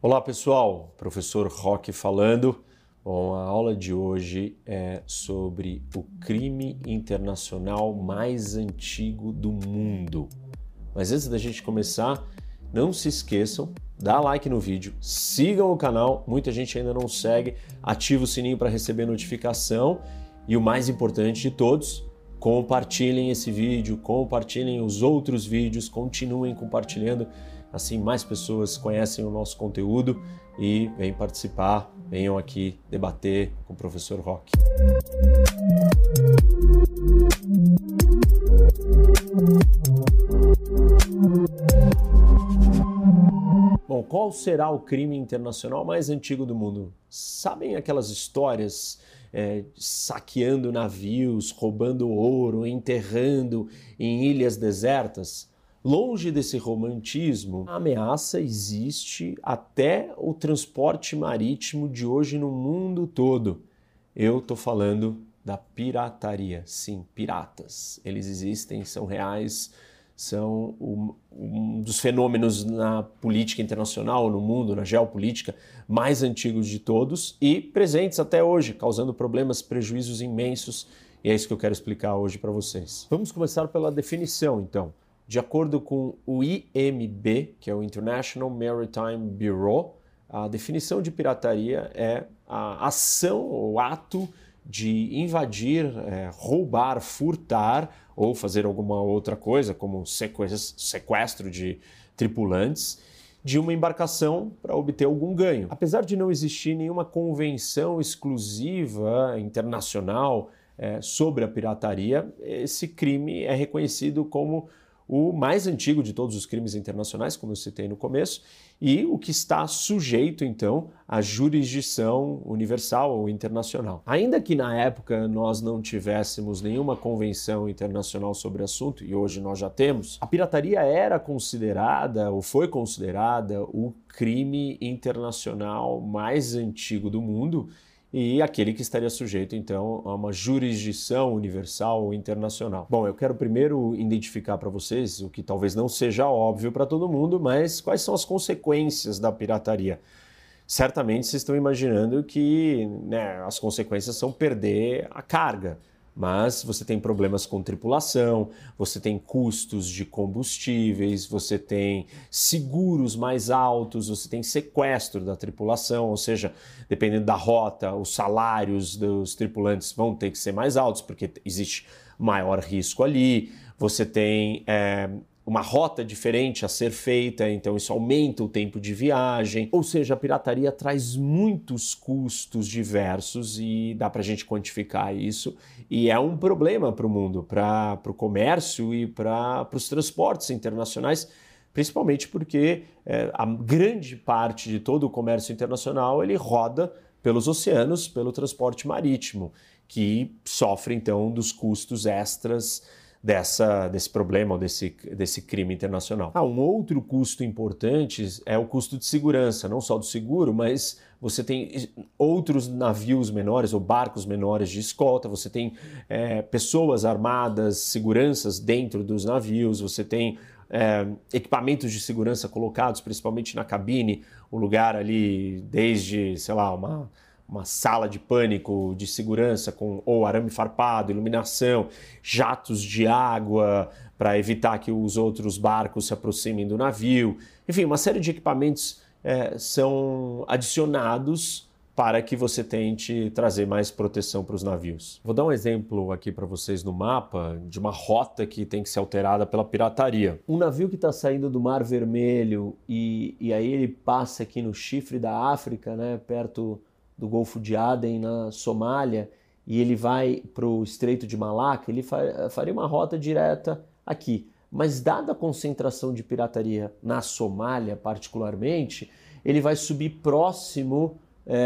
Olá pessoal, professor Roque falando. Bom, a aula de hoje é sobre o crime internacional mais antigo do mundo. Mas antes da gente começar, não se esqueçam, dá like no vídeo, sigam o canal, muita gente ainda não segue, ativa o sininho para receber notificação e o mais importante de todos, compartilhem esse vídeo, compartilhem os outros vídeos, continuem compartilhando. Assim mais pessoas conhecem o nosso conteúdo e vêm participar, venham aqui debater com o professor Roque. Bom, qual será o crime internacional mais antigo do mundo? Sabem aquelas histórias saqueando navios, roubando ouro, enterrando em ilhas desertas? Longe desse romantismo, a ameaça existe até o transporte marítimo de hoje no mundo todo. Eu estou falando da pirataria. Sim, piratas. Eles existem, são reais, são um dos fenômenos na política internacional, no mundo, na geopolítica, mais antigos de todos e presentes até hoje, causando problemas, prejuízos imensos. E é isso que eu quero explicar hoje para vocês. Vamos começar pela definição, então. De acordo com o IMB, que é o International Maritime Bureau, a definição de pirataria é a ação ou ato de invadir, roubar, furtar ou fazer alguma outra coisa, como sequestro de tripulantes, de uma embarcação para obter algum ganho. Apesar de não existir nenhuma convenção exclusiva internacional sobre a pirataria, esse crime é reconhecido como o mais antigo de todos os crimes internacionais, como eu citei no começo, e o que está sujeito, então, à jurisdição universal ou internacional. Ainda que na época nós não tivéssemos nenhuma convenção internacional sobre o assunto, e hoje nós já temos, a pirataria era considerada, ou foi considerada, o crime internacional mais antigo do mundo, e aquele que estaria sujeito, então, a uma jurisdição universal ou internacional. Bom, eu quero primeiro identificar para vocês o que talvez não seja óbvio para todo mundo, mas quais são as consequências da pirataria. Certamente vocês estão imaginando que as consequências são perder a carga, mas você tem problemas com tripulação, você tem custos de combustíveis, você tem seguros mais altos, você tem sequestro da tripulação, ou seja, dependendo da rota, os salários dos tripulantes vão ter que ser mais altos, porque existe maior risco ali, você tem uma rota diferente a ser feita, então isso aumenta o tempo de viagem. Ou seja, a pirataria traz muitos custos diversos e dá para a gente quantificar isso. E é um problema para o mundo, para o comércio e para os transportes internacionais, principalmente porque a grande parte de todo o comércio internacional ele roda pelos oceanos, pelo transporte marítimo, que sofre então dos custos extras desse problema ou desse crime internacional. Um outro custo importante é o custo de segurança, não só do seguro, mas você tem outros navios menores ou barcos menores de escolta, você tem pessoas armadas, seguranças dentro dos navios, você tem equipamentos de segurança colocados, principalmente na cabine, um lugar ali desde, sei lá, uma sala de pânico de segurança com ou arame farpado, iluminação, jatos de água para evitar que os outros barcos se aproximem do navio. Enfim, uma série de equipamentos são adicionados para que você tente trazer mais proteção para os navios. Vou dar um exemplo aqui para vocês no mapa de uma rota que tem que ser alterada pela pirataria. Um navio que está saindo do Mar Vermelho e aí ele passa aqui no chifre da África, perto do Golfo de Aden, na Somália, e ele vai para o Estreito de Malaca, ele faria uma rota direta aqui. Mas dada a concentração de pirataria na Somália, particularmente, ele vai subir próximo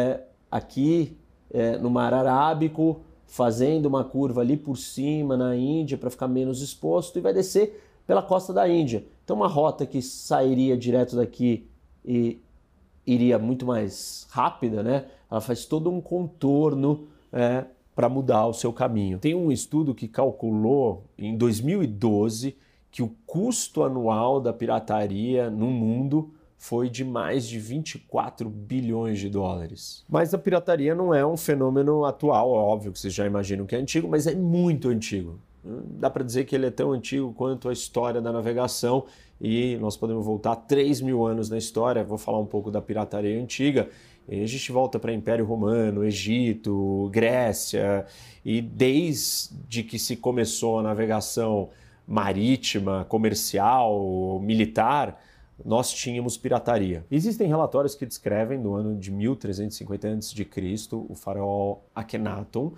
aqui no Mar Arábico, fazendo uma curva ali por cima na Índia para ficar menos exposto e vai descer pela costa da Índia. Então uma rota que sairia direto daqui e iria muito mais rápida, ela faz todo um contorno para mudar o seu caminho. Tem um estudo que calculou em 2012 que o custo anual da pirataria no mundo foi de mais de 24 bilhões de dólares. Mas a pirataria não é um fenômeno atual, óbvio que vocês já imaginam que é antigo, mas é muito antigo. Dá para dizer que ele é tão antigo quanto a história da navegação e nós podemos voltar 3.000 anos na história. Vou falar um pouco da pirataria antiga. E a gente volta para Império Romano, Egito, Grécia, e desde que se começou a navegação marítima, comercial, militar, nós tínhamos pirataria. Existem relatórios que descrevem, no ano de 1350 a.C., o faraó Akhenaton,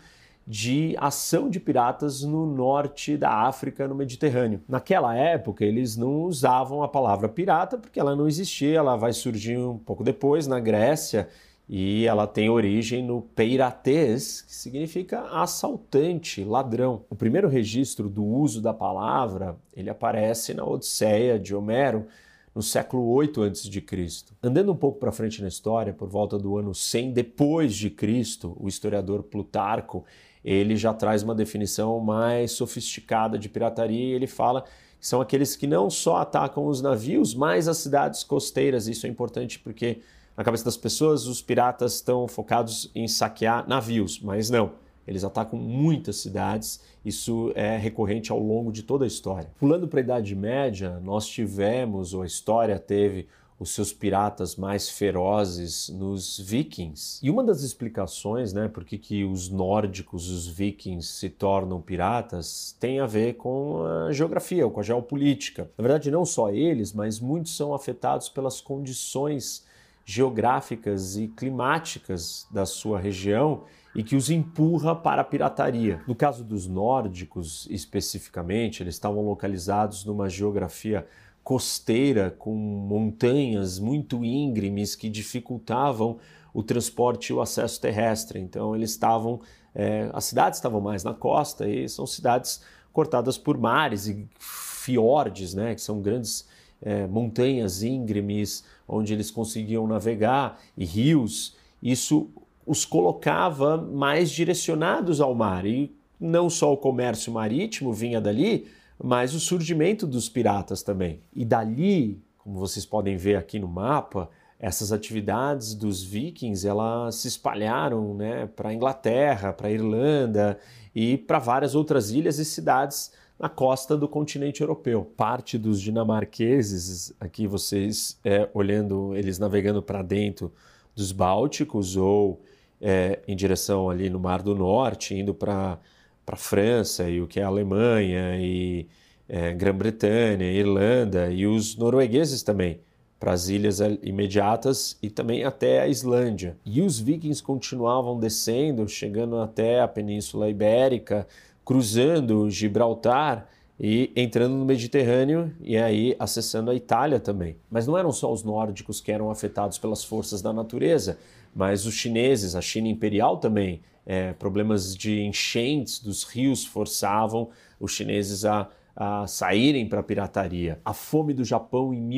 de ação de piratas no norte da África, no Mediterrâneo. Naquela época, eles não usavam a palavra pirata porque ela não existia, ela vai surgir um pouco depois na Grécia e ela tem origem no peirates, que significa assaltante, ladrão. O primeiro registro do uso da palavra, ele aparece na Odisseia de Homero, no século 8 a.C. Andando um pouco para frente na história, por volta do ano 100 depois de Cristo, o historiador Plutarco, ele já traz uma definição mais sofisticada de pirataria e ele fala que são aqueles que não só atacam os navios, mas as cidades costeiras. Isso é importante porque na cabeça das pessoas os piratas estão focados em saquear navios, mas não. Eles atacam muitas cidades, isso é recorrente ao longo de toda a história. Pulando para a Idade Média, nós tivemos, ou a história teve, os seus piratas mais ferozes nos vikings. E uma das explicações, por que os nórdicos, os vikings, se tornam piratas, tem a ver com a geografia, ou com a geopolítica. Na verdade, não só eles, mas muitos são afetados pelas condições geográficas e climáticas da sua região e que os empurra para a pirataria. No caso dos nórdicos, especificamente, eles estavam localizados numa geografia costeira com montanhas muito íngremes que dificultavam o transporte e o acesso terrestre. Então eles estavam, as cidades estavam mais na costa e são cidades cortadas por mares e fiordes, que são grandes montanhas íngremes onde eles conseguiam navegar e rios. Isso os colocava mais direcionados ao mar e não só o comércio marítimo vinha dali, mas o surgimento dos piratas também. E dali, como vocês podem ver aqui no mapa, essas atividades dos vikings, elas se espalharam para a Inglaterra, para a Irlanda e para várias outras ilhas e cidades na costa do continente europeu. Parte dos dinamarqueses, aqui vocês olhando eles navegando para dentro dos Bálticos ou em direção ali no Mar do Norte, indo para a França e o que é a Alemanha e Grã-Bretanha, Irlanda e os noruegueses também, para as ilhas imediatas e também até a Islândia. E os vikings continuavam descendo, chegando até a Península Ibérica, cruzando Gibraltar e entrando no Mediterrâneo e aí acessando a Itália também. Mas não eram só os nórdicos que eram afetados pelas forças da natureza, mas os chineses, a China imperial também. Problemas de enchentes dos rios forçavam os chineses a saírem para a pirataria. A fome do Japão em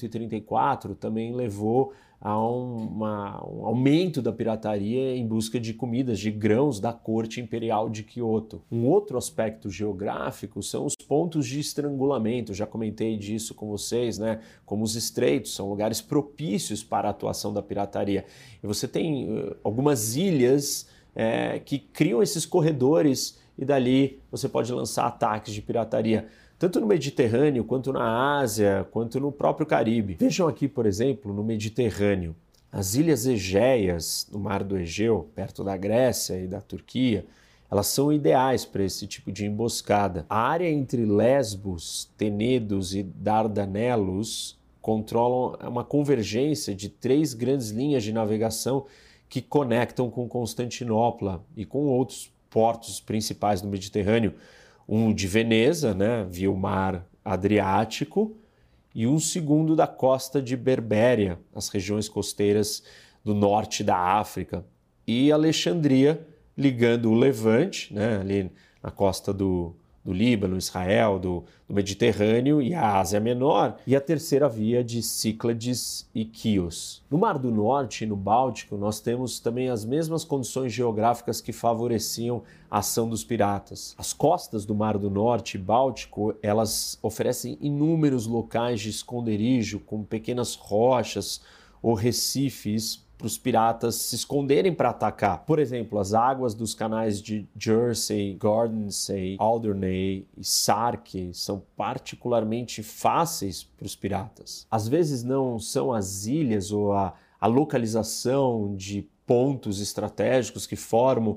1134 também levou a um aumento da pirataria em busca de comidas, de grãos da corte imperial de Kyoto. Um outro aspecto geográfico são os pontos de estrangulamento. Já comentei disso com vocês, como os estreitos, são lugares propícios para a atuação da pirataria. E você tem algumas ilhas que criam esses corredores e dali você pode lançar ataques de pirataria, tanto no Mediterrâneo, quanto na Ásia, quanto no próprio Caribe. Vejam aqui, por exemplo, no Mediterrâneo, as ilhas Egeias, no Mar do Egeu, perto da Grécia e da Turquia, elas são ideais para esse tipo de emboscada. A área entre Lesbos, Tenedos e Dardanelos controlam uma convergência de 3 grandes linhas de navegação que conectam com Constantinopla e com outros portos principais do Mediterrâneo, um de Veneza, via o mar Adriático, e um segundo da costa de Berbéria, as regiões costeiras do norte da África, e Alexandria, ligando o Levante, ali na costa do do Líbano, Israel, do Mediterrâneo e a Ásia Menor, e a terceira via de Cíclades e Quíos. No Mar do Norte e no Báltico, nós temos também as mesmas condições geográficas que favoreciam a ação dos piratas. As costas do Mar do Norte e Báltico, elas oferecem inúmeros locais de esconderijo com pequenas rochas ou recifes para os piratas se esconderem para atacar. Por exemplo, as águas dos canais de Jersey, Guernsey, Alderney e Sark são particularmente fáceis para os piratas. Às vezes não são as ilhas ou a localização de pontos estratégicos que formam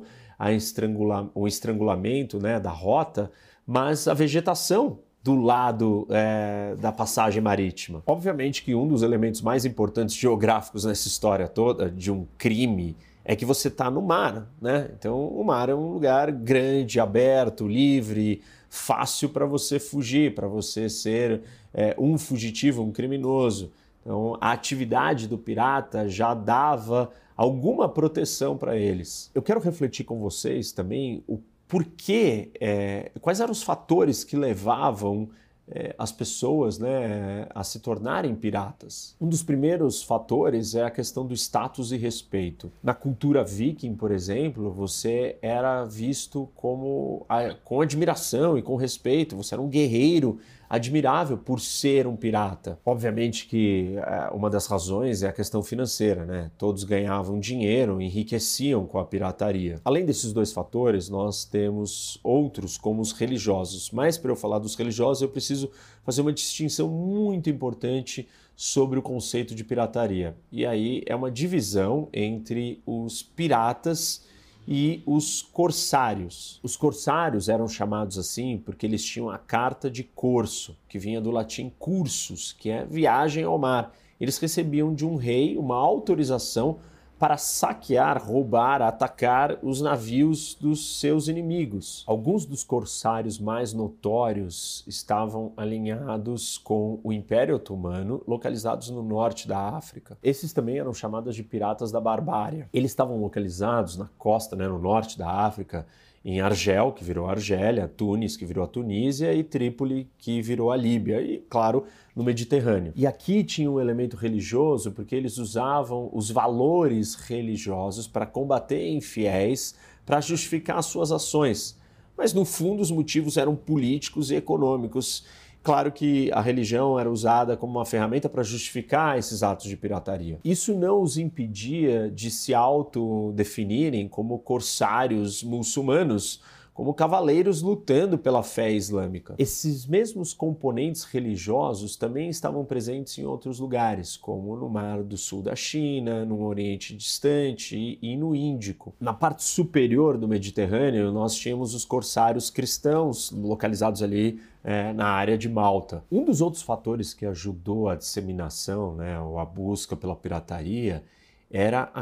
o estrangulamento, né, da rota, mas a vegetação do lado da passagem marítima. Obviamente que um dos elementos mais importantes geográficos nessa história toda de um crime é que você está no mar, né? Então o mar é um lugar grande, aberto, livre, fácil para você fugir, para você ser um fugitivo, um criminoso. Então a atividade do pirata já dava alguma proteção para eles. Eu quero refletir com vocês também quais eram os fatores que levavam as pessoas, né, a se tornarem piratas. Um dos primeiros fatores é a questão do status e respeito. Na cultura viking, por exemplo, você era visto com admiração e com respeito, você era um guerreiro admirável por ser um pirata. Obviamente que uma das razões é a questão financeira, né? Todos ganhavam dinheiro, enriqueciam com a pirataria. Além desses dois fatores, nós temos outros como os religiosos. Mas para eu falar dos religiosos, eu preciso fazer uma distinção muito importante sobre o conceito de pirataria. E aí é uma divisão entre os piratas e os corsários. Os corsários eram chamados assim porque eles tinham a carta de corso, que vinha do latim cursus, que é viagem ao mar. Eles recebiam de um rei uma autorização para saquear, roubar, atacar os navios dos seus inimigos. Alguns dos corsários mais notórios estavam alinhados com o Império Otomano, localizados no norte da África. Esses também eram chamados de piratas da barbárie. Eles estavam localizados na costa, né, no norte da África, em Argel, que virou Argélia, Tunis, que virou a Tunísia, e Trípoli, que virou a Líbia, e, claro, no Mediterrâneo. E aqui tinha um elemento religioso, porque eles usavam os valores religiosos para combater infiéis, para justificar as suas ações. Mas, no fundo, os motivos eram políticos e econômicos. Claro que a religião era usada como uma ferramenta para justificar esses atos de pirataria. Isso não os impedia de se autodefinirem como corsários muçulmanos, como cavaleiros lutando pela fé islâmica. Esses mesmos componentes religiosos também estavam presentes em outros lugares, como no Mar do Sul da China, no Oriente Distante e no Índico. Na parte superior do Mediterrâneo, nós tínhamos os corsários cristãos, localizados ali na área de Malta. Um dos outros fatores que ajudou a disseminação, né, ou a busca pela pirataria, era a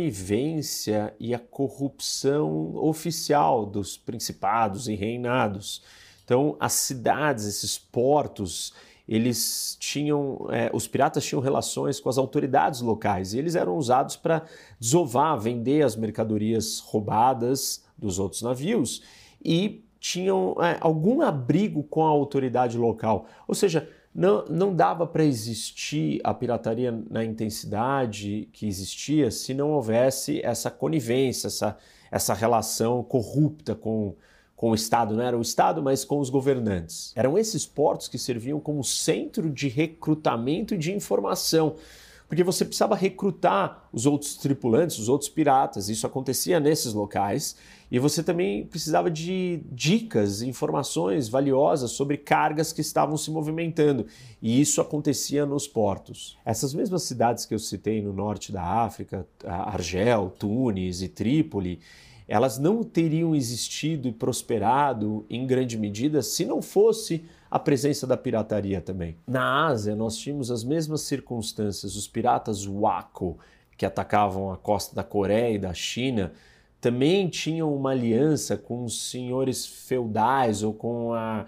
conivência e a corrupção oficial dos principados e reinados. Então, as cidades, esses portos, eles tinham, os piratas tinham relações com as autoridades locais e eles eram usados para desovar, vender as mercadorias roubadas dos outros navios e tinham algum abrigo com a autoridade local. Ou seja, não dava para existir a pirataria na intensidade que existia se não houvesse essa conivência, essa relação corrupta com o Estado. Não era o Estado, mas com os governantes. Eram esses portos que serviam como centro de recrutamento e de informação, porque você precisava recrutar os outros tripulantes, os outros piratas. Isso acontecia nesses locais. E você também precisava de dicas, informações valiosas sobre cargas que estavam se movimentando. E isso acontecia nos portos. Essas mesmas cidades que eu citei no norte da África, Argel, Tunis e Trípoli, elas não teriam existido e prosperado em grande medida se não fosse a presença da pirataria também. Na Ásia, nós tínhamos as mesmas circunstâncias. Os piratas Wako, que atacavam a costa da Coreia e da China, também tinham uma aliança com os senhores feudais ou com a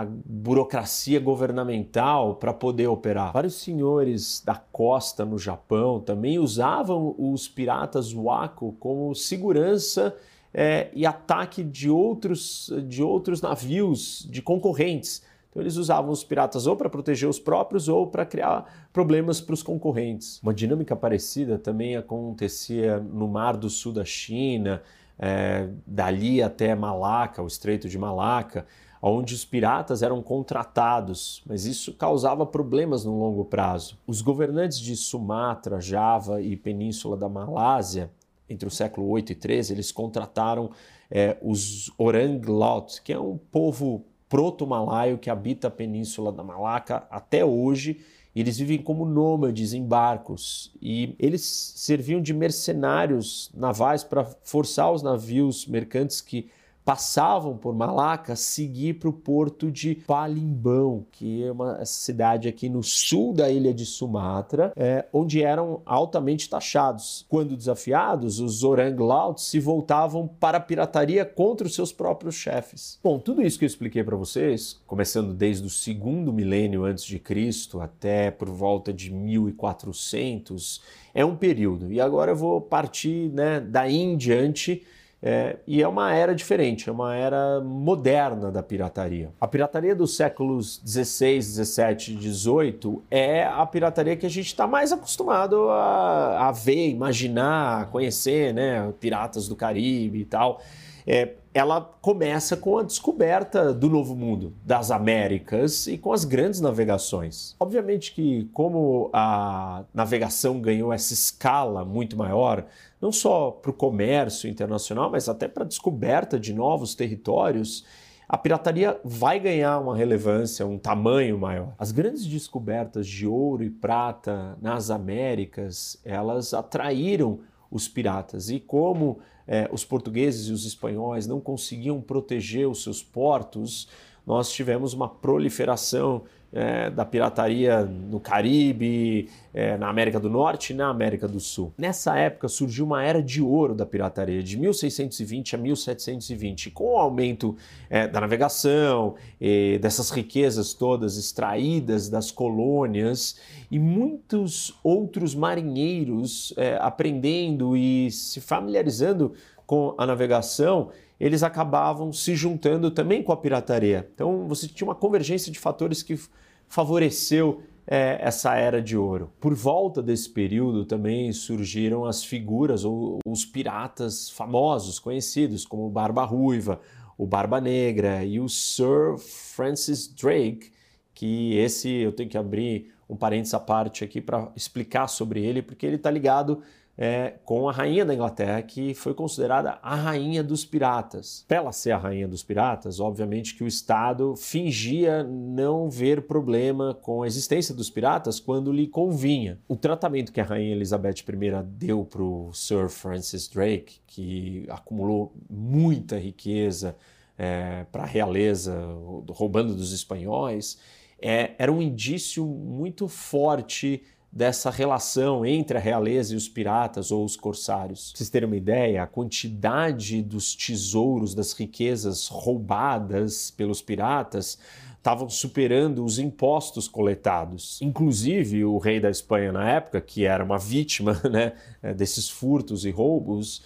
burocracia governamental para poder operar. Vários senhores da costa no Japão também usavam os piratas Wako como segurança e ataque de outros navios, de concorrentes. Então eles usavam os piratas ou para proteger os próprios ou para criar problemas para os concorrentes. Uma dinâmica parecida também acontecia no Mar do Sul da China, dali até Malaca, o Estreito de Malaca, onde os piratas eram contratados, mas isso causava problemas no longo prazo. Os governantes de Sumatra, Java e Península da Malásia, entre o século 8 e 13, eles contrataram os Orang Laut, que é um povo proto-malaio que habita a Península da Malaca até hoje. Eles vivem como nômades em barcos e eles serviam de mercenários navais para forçar os navios mercantes que passavam por Malaca a seguir para o porto de Palembang, que é uma cidade aqui no sul da ilha de Sumatra, onde eram altamente taxados. Quando desafiados, os Orang Laut se voltavam para a pirataria contra os seus próprios chefes. Bom, tudo isso que eu expliquei para vocês, começando desde o segundo milênio antes de Cristo até por volta de 1400, é um período. E agora eu vou partir, daí em diante. E é uma era diferente, é uma era moderna da pirataria. A pirataria dos séculos 16, 17 e 18 é a pirataria que a gente está mais acostumado a ver, imaginar, conhecer, piratas do Caribe e tal. Ela começa com a descoberta do Novo Mundo, das Américas e com as grandes navegações. Obviamente que como a navegação ganhou essa escala muito maior, não só para o comércio internacional, mas até para a descoberta de novos territórios, a pirataria vai ganhar uma relevância, um tamanho maior. As grandes descobertas de ouro e prata nas Américas, elas atraíram os piratas. E como os portugueses e os espanhóis não conseguiam proteger os seus portos, nós tivemos uma proliferação da pirataria no Caribe, na América do Norte e na América do Sul. Nessa época surgiu uma era de ouro da pirataria, de 1620 a 1720. Com o aumento da navegação, dessas riquezas todas extraídas das colônias e muitos outros marinheiros aprendendo e se familiarizando com a navegação, eles acabavam se juntando também com a pirataria. Então você tinha uma convergência de fatores que favoreceu essa era de ouro. Por volta desse período também surgiram as figuras ou os piratas famosos, conhecidos, como o Barba Ruiva, o Barba Negra e o Sir Francis Drake, que esse eu tenho que abrir um parênteses à parte aqui para explicar sobre ele, porque ele está ligado com a rainha da Inglaterra, que foi considerada a rainha dos piratas. Para ela ser a rainha dos piratas, obviamente que o Estado fingia não ver problema com a existência dos piratas quando lhe convinha. O tratamento que a rainha Elizabeth I deu para o Sir Francis Drake, que acumulou muita riqueza para a realeza, roubando dos espanhóis, era um indício muito forte dessa relação entre a realeza e os piratas ou os corsários. Pra vocês terem uma ideia, a quantidade dos tesouros, das riquezas roubadas pelos piratas estavam superando os impostos coletados. Inclusive, o rei da Espanha na época, que era uma vítima desses furtos e roubos,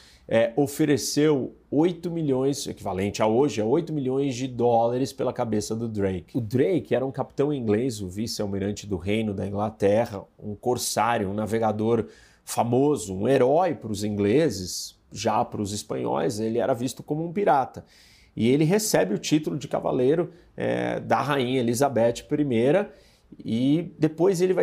ofereceu 8 milhões, equivalente a hoje, a 8 milhões de dólares pela cabeça do Drake. O Drake era um capitão inglês, o vice-almirante do Reino da Inglaterra, um corsário, um navegador famoso, um herói para os ingleses, já para os espanhóis, ele era visto como um pirata. E ele recebe o título de cavaleiro da rainha Elizabeth I, e depois ele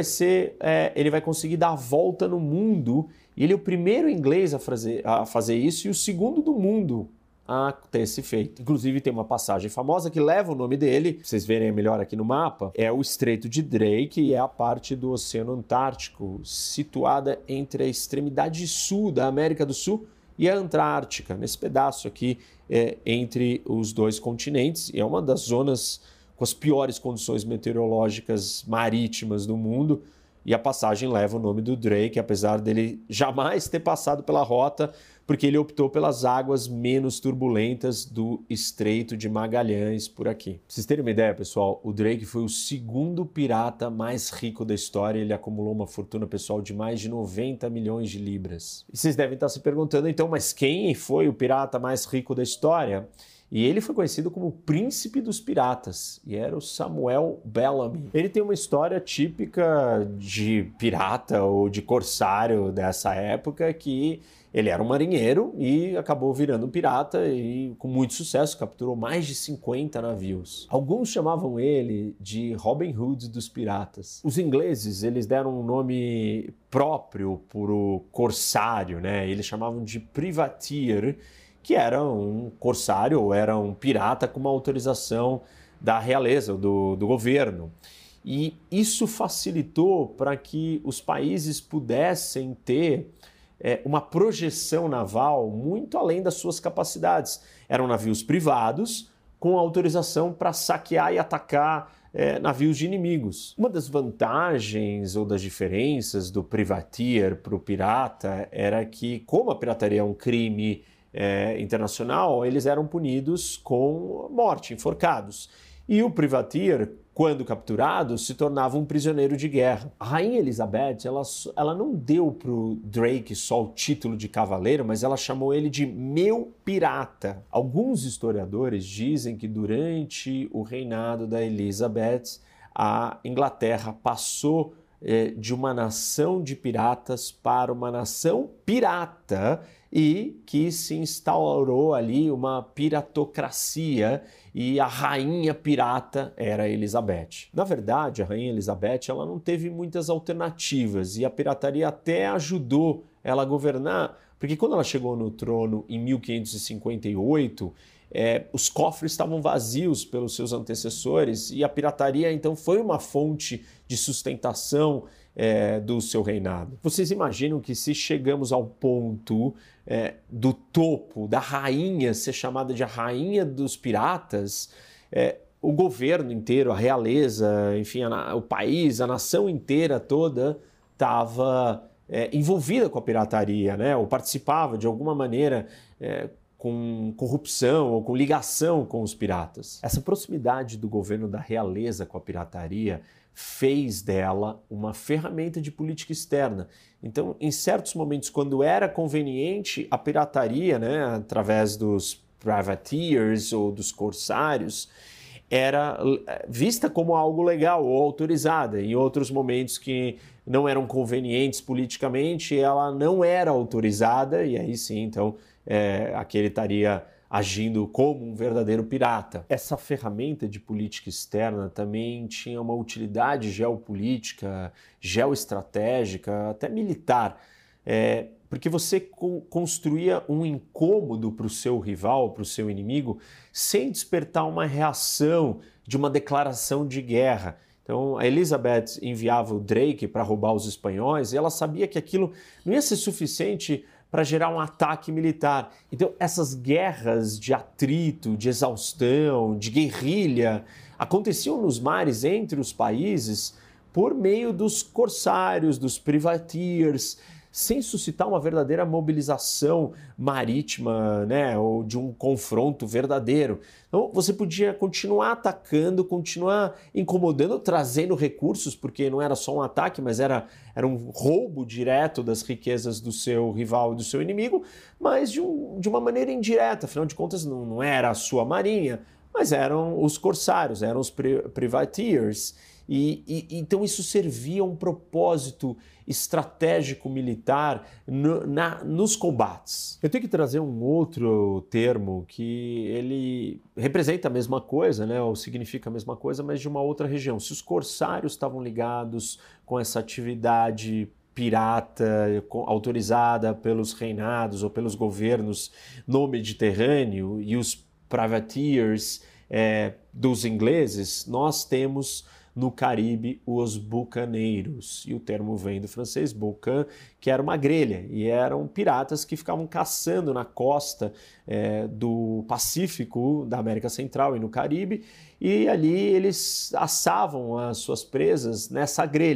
vai conseguir dar a volta no mundo. Ele é o primeiro inglês a fazer isso e o segundo do mundo a ter esse feito. Inclusive tem uma passagem famosa que leva o nome dele, pra vocês verem melhor aqui no mapa, é o Estreito de Drake, e é a parte do Oceano Antártico, situada entre a extremidade sul da América do Sul e a Antártica, nesse pedaço aqui entre os dois continentes, e é uma das zonas com as piores condições meteorológicas marítimas do mundo. E a passagem leva o nome do Drake, apesar dele jamais ter passado pela rota, porque ele optou pelas águas menos turbulentas do Estreito de Magalhães por aqui. Pra vocês terem uma ideia, pessoal, o Drake foi o segundo pirata mais rico da história. Ele acumulou uma fortuna pessoal de mais de 90 milhões de libras. E vocês devem estar se perguntando, então, mas quem foi o pirata mais rico da história? E ele foi conhecido como o príncipe dos piratas, e era o Samuel Bellamy. Ele tem uma história típica de pirata ou de corsário dessa época, que ele era um marinheiro e acabou virando um pirata e com muito sucesso, capturou mais de 50 navios. Alguns chamavam ele de Robin Hood dos piratas. Os ingleses, eles deram um nome próprio para o corsário, né? Eles chamavam de privateer, que era um corsário ou era um pirata com uma autorização da realeza, do governo. E isso facilitou para que os países pudessem ter uma projeção naval muito além das suas capacidades. Eram navios privados com autorização para saquear e atacar navios de inimigos. Uma das vantagens ou das diferenças do privateer para o pirata era que, como a pirataria é um crime internacional, eles eram punidos com morte, enforcados. E o privateer, quando capturado, se tornava um prisioneiro de guerra. A Rainha Elizabeth, ela não deu para o Drake só o título de cavaleiro, mas ela chamou ele de meu pirata. Alguns historiadores dizem que durante o reinado da Elizabeth, a Inglaterra passou de uma nação de piratas para uma nação pirata e que se instaurou ali uma piratocracia e a rainha pirata era Elizabeth. Na verdade, a rainha Elizabeth ela não teve muitas alternativas e a pirataria até ajudou ela a governar, porque quando ela chegou no trono em 1558, os cofres estavam vazios pelos seus antecessores e a pirataria então foi uma fonte de sustentação do seu reinado. Vocês imaginam que se chegamos ao ponto do topo, da rainha ser chamada de a rainha dos piratas, o governo inteiro, a realeza, enfim, o país, a nação inteira toda estava envolvida com a pirataria, né? Ou participava de alguma maneira com corrupção ou com ligação com os piratas. Essa proximidade do governo da realeza com a pirataria fez dela uma ferramenta de política externa. Então, em certos momentos, quando era conveniente, a pirataria, né, através dos privateers ou dos corsários, era vista como algo legal ou autorizada. Em outros momentos que não eram convenientes politicamente, ela não era autorizada e aí sim, então, aquele estaria agindo como um verdadeiro pirata. Essa ferramenta de política externa também tinha uma utilidade geopolítica, geoestratégica, até militar, porque você construía um incômodo para o seu rival, para o seu inimigo, sem despertar uma reação de uma declaração de guerra. Então, a Elizabeth enviava o Drake para roubar os espanhóis e ela sabia que aquilo não ia ser suficiente para gerar um ataque militar. Então, essas guerras de atrito, de exaustão, de guerrilha, aconteciam nos mares entre os países por meio dos corsários, dos privateers, sem suscitar uma verdadeira mobilização marítima, né, ou de um confronto verdadeiro. Então, você podia continuar atacando, continuar incomodando, trazendo recursos, porque não era só um ataque, mas era um roubo direto das riquezas do seu rival e do seu inimigo, mas de uma maneira indireta. Afinal de contas, não era a sua marinha, mas eram os corsários, eram os privateers. Então isso servia a um propósito estratégico militar nos combates. Eu tenho que trazer um outro termo que ele representa a mesma coisa, né, ou significa a mesma coisa, mas de uma outra região. Se os corsários estavam ligados com essa atividade pirata autorizada pelos reinados ou pelos governos no Mediterrâneo e os privateers dos ingleses, nós temos no Caribe os bucaneiros, e o termo vem do francês bucan, que era uma grelha, e eram piratas que ficavam caçando na costa do Pacífico, da América Central e no Caribe, e ali eles assavam as suas presas nessa grelha.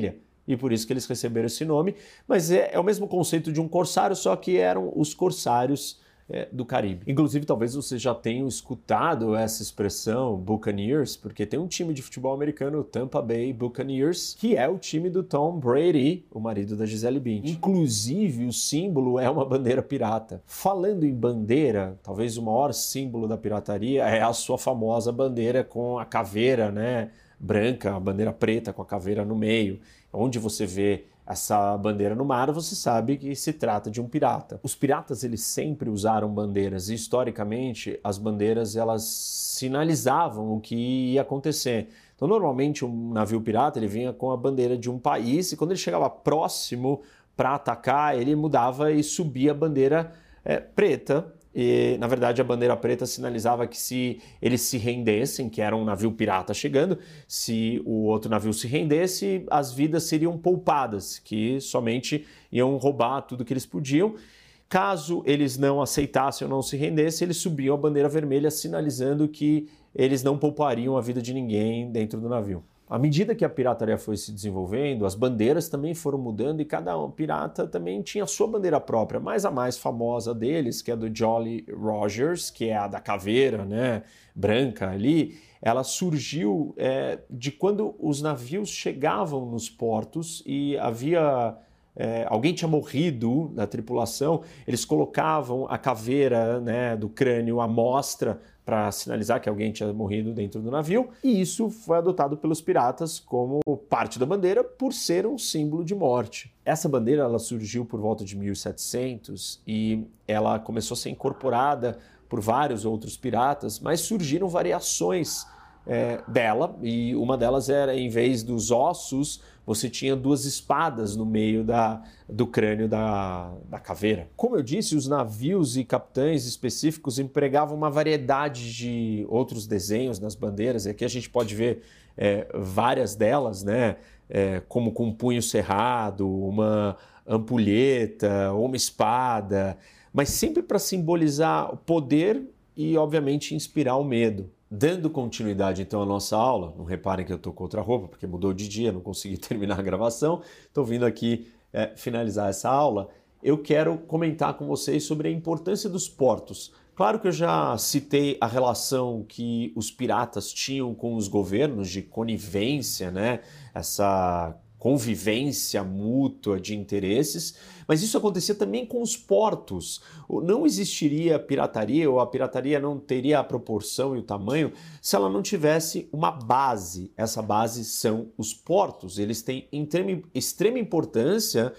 e por isso que eles receberam esse nome, mas é o mesmo conceito de um corsário, só que eram os corsários do Caribe. Inclusive, talvez vocês já tenham escutado essa expressão Buccaneers, porque tem um time de futebol americano, o Tampa Bay Buccaneers, que é o time do Tom Brady, o marido da Gisele Bündchen. Inclusive, o símbolo é uma bandeira pirata. Falando em bandeira, talvez o maior símbolo da pirataria é a sua famosa bandeira com a caveira, né, branca, a bandeira preta com a caveira no meio. Onde você vê essa bandeira no mar, você sabe que se trata de um pirata. Os piratas, eles sempre usaram bandeiras e, historicamente, as bandeiras, elas sinalizavam o que ia acontecer. Então, normalmente, um navio pirata, ele vinha com a bandeira de um país e quando ele chegava próximo para atacar, ele mudava e subia a bandeira preta. E, na verdade, a bandeira preta sinalizava que se eles se rendessem, que era um navio pirata chegando, se o outro navio se rendesse, as vidas seriam poupadas, que somente iam roubar tudo que eles podiam. Caso eles não aceitassem ou não se rendessem, eles subiam a bandeira vermelha, sinalizando que eles não poupariam a vida de ninguém dentro do navio. À medida que a pirataria foi se desenvolvendo, as bandeiras também foram mudando e cada pirata também tinha a sua bandeira própria, mas a mais famosa deles, que é do Jolly Rogers, que é a da caveira, né, branca ali, ela surgiu de quando os navios chegavam nos portos e havia... alguém tinha morrido na tripulação, eles colocavam a caveira, né, do crânio à mostra para sinalizar que alguém tinha morrido dentro do navio, e isso foi adotado pelos piratas como parte da bandeira por ser um símbolo de morte. Essa bandeira ela surgiu por volta de 1700 e ela começou a ser incorporada por vários outros piratas, mas surgiram variações dela, e uma delas era, em vez dos ossos, você tinha duas espadas no meio do crânio da caveira. Como eu disse, os navios e capitães específicos empregavam uma variedade de outros desenhos nas bandeiras, e aqui a gente pode ver várias delas, né? Como com um punho cerrado, uma ampulheta, ou uma espada, mas sempre para simbolizar o poder e, obviamente, inspirar o medo. Dando continuidade, então, à nossa aula, não reparem que eu estou com outra roupa, porque mudou de dia, não consegui terminar a gravação, estou vindo aqui finalizar essa aula, eu quero comentar com vocês sobre a importância dos portos. Claro que eu já citei a relação que os piratas tinham com os governos de conivência, né? Essa convivência mútua de interesses, mas isso acontecia também com os portos. Não existiria pirataria, ou a pirataria não teria a proporção e o tamanho se ela não tivesse uma base. Essa base são os portos. Eles têm extrema importância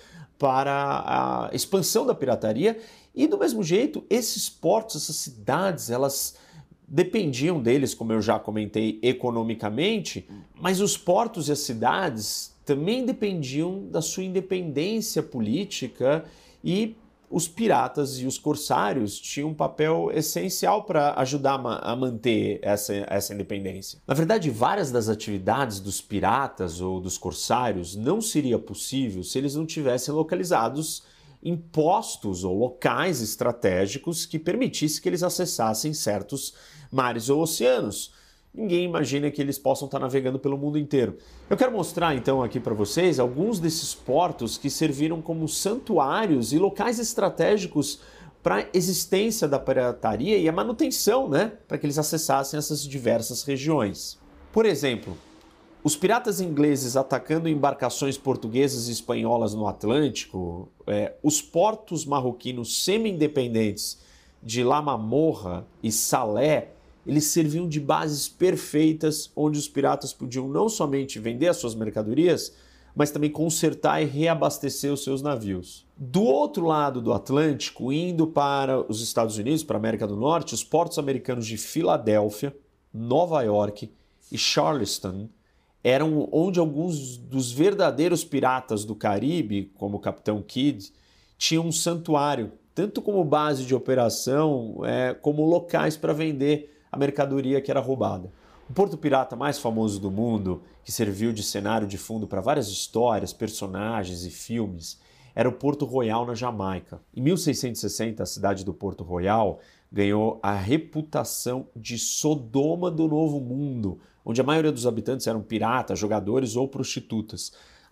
para a expansão da pirataria e, do mesmo jeito, esses portos, essas cidades, elas dependiam deles, como eu já comentei, economicamente, mas os portos e as cidades também dependiam da sua independência política e os piratas e os corsários tinham um papel essencial para ajudar a manter essa independência. Na verdade, várias das atividades dos piratas ou dos corsários não seria possível se eles não tivessem localizados em postos ou locais estratégicos que permitissem que eles acessassem certos mares ou oceanos. Ninguém imagina que eles possam estar navegando pelo mundo inteiro. Eu quero mostrar então aqui para vocês alguns desses portos que serviram como santuários e locais estratégicos para a existência da pirataria e a manutenção, né, para que eles acessassem essas diversas regiões. Por exemplo, os piratas ingleses atacando embarcações portuguesas e espanholas no Atlântico, os portos marroquinos semi-independentes de La Mamorra e Salé, eles serviam de bases perfeitas onde os piratas podiam não somente vender as suas mercadorias, mas também consertar e reabastecer os seus navios. Do outro lado do Atlântico, indo para os Estados Unidos, para a América do Norte, os portos americanos de Filadélfia, Nova York e Charleston eram onde alguns dos verdadeiros piratas do Caribe, como o Capitão Kidd, tinham um santuário, tanto como base de operação, como locais para vender a mercadoria que era roubada. O porto pirata mais famoso do mundo, que serviu de cenário de fundo para várias histórias, personagens e filmes, era o Porto Royal na Jamaica. Em 1660, a cidade do Porto Royal ganhou a reputação de Sodoma do Novo Mundo, onde a maioria dos habitantes eram piratas, jogadores ou prostitutas.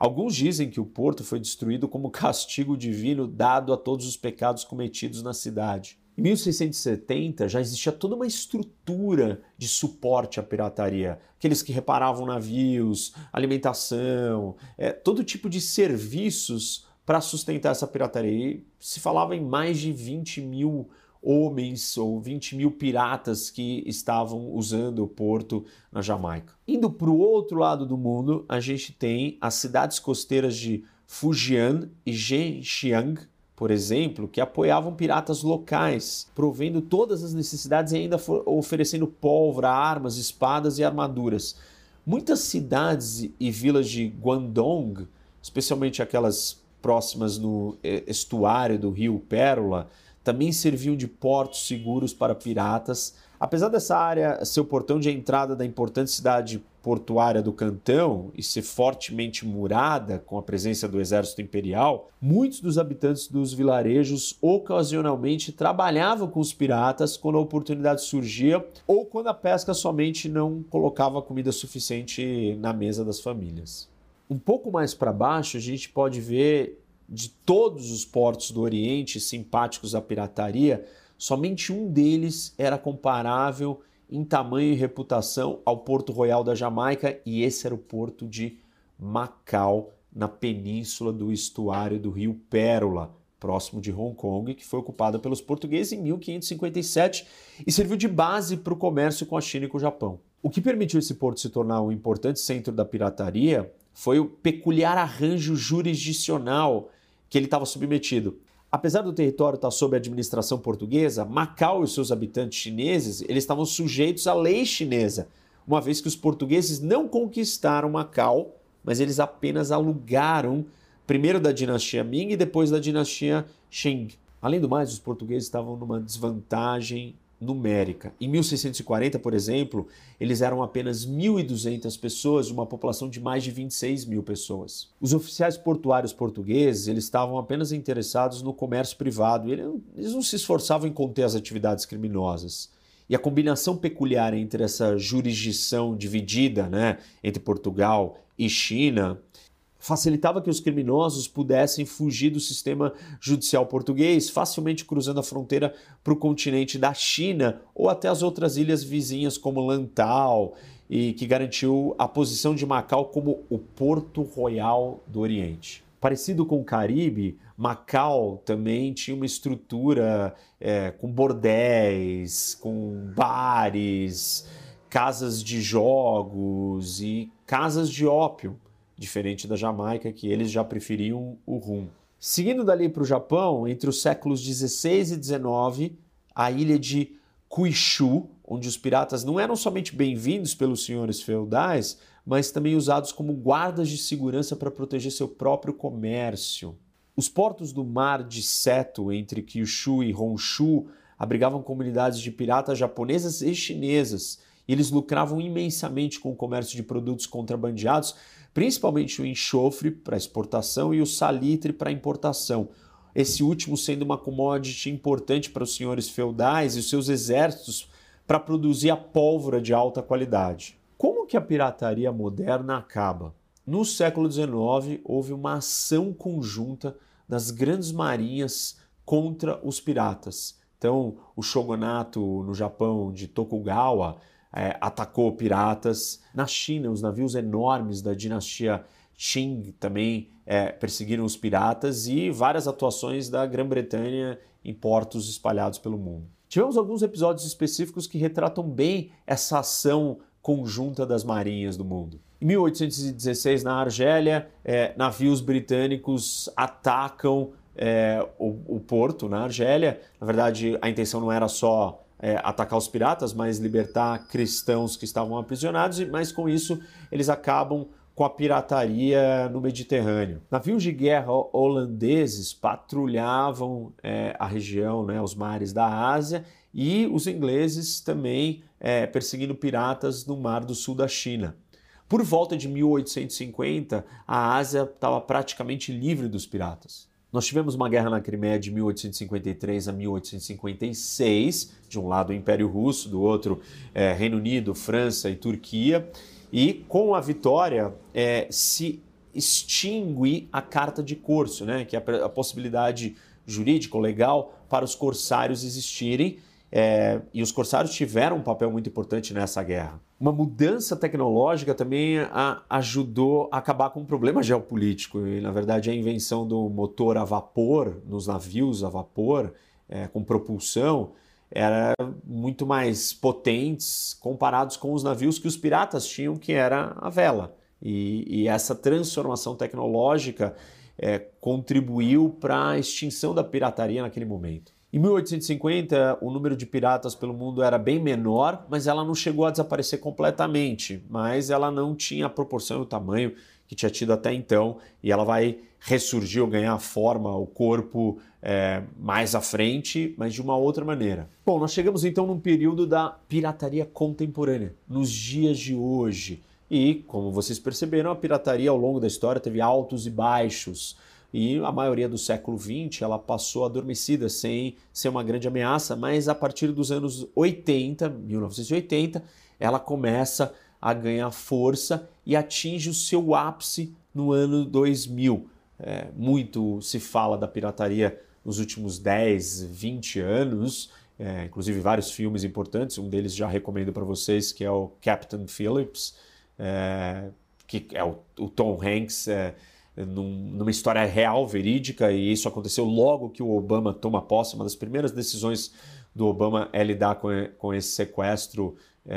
Alguns dizem que o porto foi destruído como castigo divino dado a todos os pecados cometidos na cidade. Em 1670 já existia toda uma estrutura de suporte à pirataria. Aqueles que reparavam navios, alimentação, todo tipo de serviços para sustentar essa pirataria. E se falava em mais de 20 mil homens ou 20 mil piratas que estavam usando o porto na Jamaica. Indo para o outro lado do mundo, a gente tem as cidades costeiras de Fujian e Zhejiang, por exemplo, que apoiavam piratas locais, provendo todas as necessidades e ainda oferecendo pólvora, armas, espadas e armaduras. Muitas cidades e vilas de Guangdong, especialmente aquelas próximas no estuário do rio Pérola, também serviam de portos seguros para piratas. Apesar dessa área ser o portão de entrada da importante cidade portuária do Cantão e ser fortemente murada com a presença do exército imperial, muitos dos habitantes dos vilarejos ocasionalmente trabalhavam com os piratas quando a oportunidade surgia ou quando a pesca somente não colocava comida suficiente na mesa das famílias. Um pouco mais para baixo, a gente pode ver de todos os portos do Oriente simpáticos à pirataria, somente um deles era comparável em tamanho e reputação ao Porto Royal da Jamaica, e esse era o porto de Macau, na península do estuário do rio Pérola, próximo de Hong Kong, que foi ocupada pelos portugueses em 1557 e serviu de base para o comércio com a China e com o Japão. O que permitiu esse porto se tornar um importante centro da pirataria foi o peculiar arranjo jurisdicional que ele estava submetido. Apesar do território estar sob a administração portuguesa, Macau e os seus habitantes chineses eles estavam sujeitos à lei chinesa, uma vez que os portugueses não conquistaram Macau, mas eles apenas alugaram, primeiro da dinastia Ming e depois da dinastia Qing. Além do mais, os portugueses estavam numa desvantagem numérica. Em 1640, por exemplo, eles eram apenas 1.200 pessoas, de uma população de mais de 26 mil pessoas. Os oficiais portuários portugueses eles estavam apenas interessados no comércio privado e eles não se esforçavam em conter as atividades criminosas. E a combinação peculiar entre essa jurisdição dividida, entre Portugal e China, facilitava que os criminosos pudessem fugir do sistema judicial português, facilmente cruzando a fronteira para o continente da China ou até as outras ilhas vizinhas como Lantau, e que garantiu a posição de Macau como o Porto Royal do Oriente. Parecido com o Caribe, Macau também tinha uma estrutura com bordéis, com bares, casas de jogos e casas de ópio, diferente da Jamaica, que eles já preferiam o rum. Seguindo dali para o Japão, entre os séculos 16 e 19, a ilha de Kyushu, onde os piratas não eram somente bem-vindos pelos senhores feudais, mas também usados como guardas de segurança para proteger seu próprio comércio. Os portos do mar de Seto, entre Kyushu e Honshu, abrigavam comunidades de piratas japonesas e chinesas, e eles lucravam imensamente com o comércio de produtos contrabandeados, principalmente o enxofre para exportação e o salitre para importação. Esse último sendo uma commodity importante para os senhores feudais e os seus exércitos para produzir a pólvora de alta qualidade. Como que a pirataria moderna acaba? No século XIX, houve uma ação conjunta das grandes marinhas contra os piratas. Então, o shogunato no Japão de Tokugawa atacou piratas. Na China, os navios enormes da dinastia Qing também perseguiram os piratas, e várias atuações da Grã-Bretanha em portos espalhados pelo mundo. Tivemos alguns episódios específicos que retratam bem essa ação conjunta das marinhas do mundo. Em 1816, na Argélia, navios britânicos atacam o porto na Argélia. Na verdade, a intenção não era só atacar os piratas, mas libertar cristãos que estavam aprisionados, mas com isso eles acabam com a pirataria no Mediterrâneo. Navios de guerra holandeses patrulhavam a região, os mares da Ásia, e os ingleses também perseguindo piratas no Mar do Sul da China. Por volta de 1850, a Ásia estava praticamente livre dos piratas. Nós tivemos uma guerra na Crimeia de 1853 a 1856, de um lado o Império Russo, do outro Reino Unido, França e Turquia, e com a vitória se extingue a carta de corso, né? Que é a possibilidade jurídica ou legal para os corsários existirem. E os corsários tiveram um papel muito importante nessa guerra. Uma mudança tecnológica também ajudou a acabar com um problema geopolítico. E, na verdade, a invenção do motor a vapor nos navios a vapor, com propulsão, era muito mais potentes comparados com os navios que os piratas tinham, que era a vela. E essa transformação tecnológica contribuiu para a extinção da pirataria naquele momento. Em 1850, o número de piratas pelo mundo era bem menor, mas ela não chegou a desaparecer completamente, mas ela não tinha a proporção e o tamanho que tinha tido até então, e ela vai ressurgir ou ganhar forma, o corpo mais à frente, mas de uma outra maneira. Bom, nós chegamos então num período da pirataria contemporânea, nos dias de hoje. E, como vocês perceberam, a pirataria ao longo da história teve altos e baixos. E a maioria do século XX ela passou adormecida, sem ser uma grande ameaça, mas a partir dos anos 80, 1980, ela começa a ganhar força e atinge o seu ápice no ano 2000. Muito se fala da pirataria nos últimos 10, 20 anos, inclusive vários filmes importantes, um deles já recomendo para vocês, que é o Captain Phillips, que é o Tom Hanks, numa história real, verídica, e isso aconteceu logo que o Obama toma posse. Uma das primeiras decisões do Obama é lidar com esse sequestro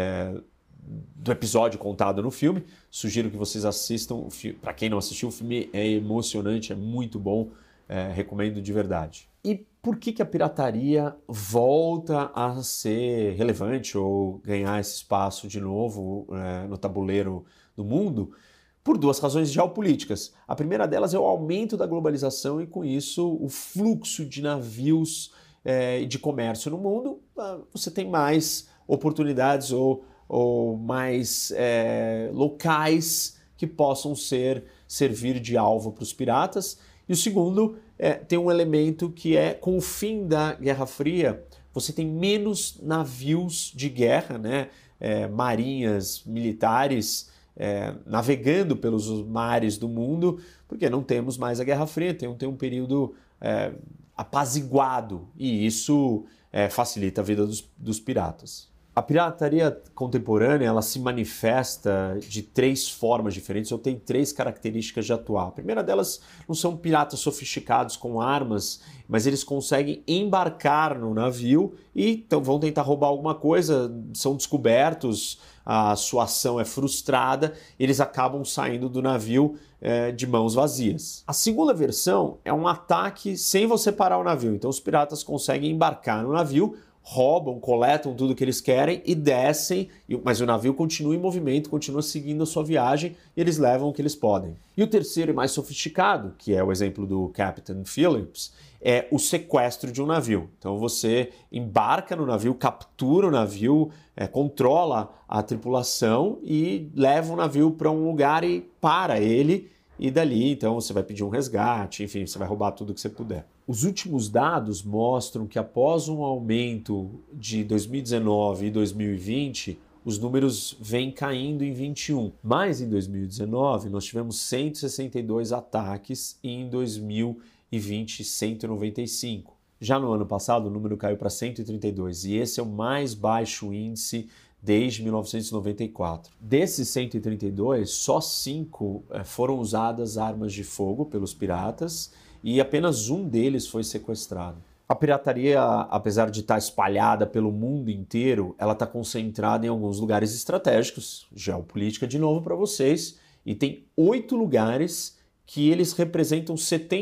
do episódio contado no filme. Sugiro que vocês assistam. Para quem não assistiu, o filme é emocionante, é muito bom, recomendo de verdade. E por que a pirataria volta a ser relevante ou ganhar esse espaço de novo no tabuleiro do mundo? Por duas razões geopolíticas. A primeira delas é o aumento da globalização e, com isso, o fluxo de navios e de comércio no mundo. Você tem mais oportunidades ou mais locais que possam servir de alvo para os piratas. E o segundo, tem um elemento que com o fim da Guerra Fria, você tem menos navios de guerra, né? Marinhas militares, navegando pelos mares do mundo, porque não temos mais a Guerra Fria, tem um período apaziguado, e isso facilita a vida dos piratas. A pirataria contemporânea ela se manifesta de três formas diferentes, ou tem três características de atuar. A primeira delas não são piratas sofisticados com armas, mas eles conseguem embarcar no navio e vão tentar roubar alguma coisa, são descobertos, a sua ação é frustrada, eles acabam saindo do navio de mãos vazias. A segunda versão é um ataque sem você parar o navio. Então os piratas conseguem embarcar no navio, roubam, coletam tudo que eles querem e descem, mas o navio continua em movimento, continua seguindo a sua viagem e eles levam o que eles podem. E o terceiro e mais sofisticado, que é o exemplo do Captain Phillips, é o sequestro de um navio. Então você embarca no navio, captura o navio, controla a tripulação e leva o navio para um lugar e para ele, e dali então você vai pedir um resgate, enfim, você vai roubar tudo que você puder. Os últimos dados mostram que após um aumento de 2019 e 2020, os números vêm caindo em 21. Mas em 2019 nós tivemos 162 ataques e em 2020 195. Já no ano passado o número caiu para 132 e esse é o mais baixo índice desde 1994. Desses 132, só 5 foram usadas armas de fogo pelos piratas e apenas um deles foi sequestrado. A pirataria, apesar de estar espalhada pelo mundo inteiro, ela está concentrada em alguns lugares estratégicos, geopolítica de novo para vocês, e tem 8 lugares que eles representam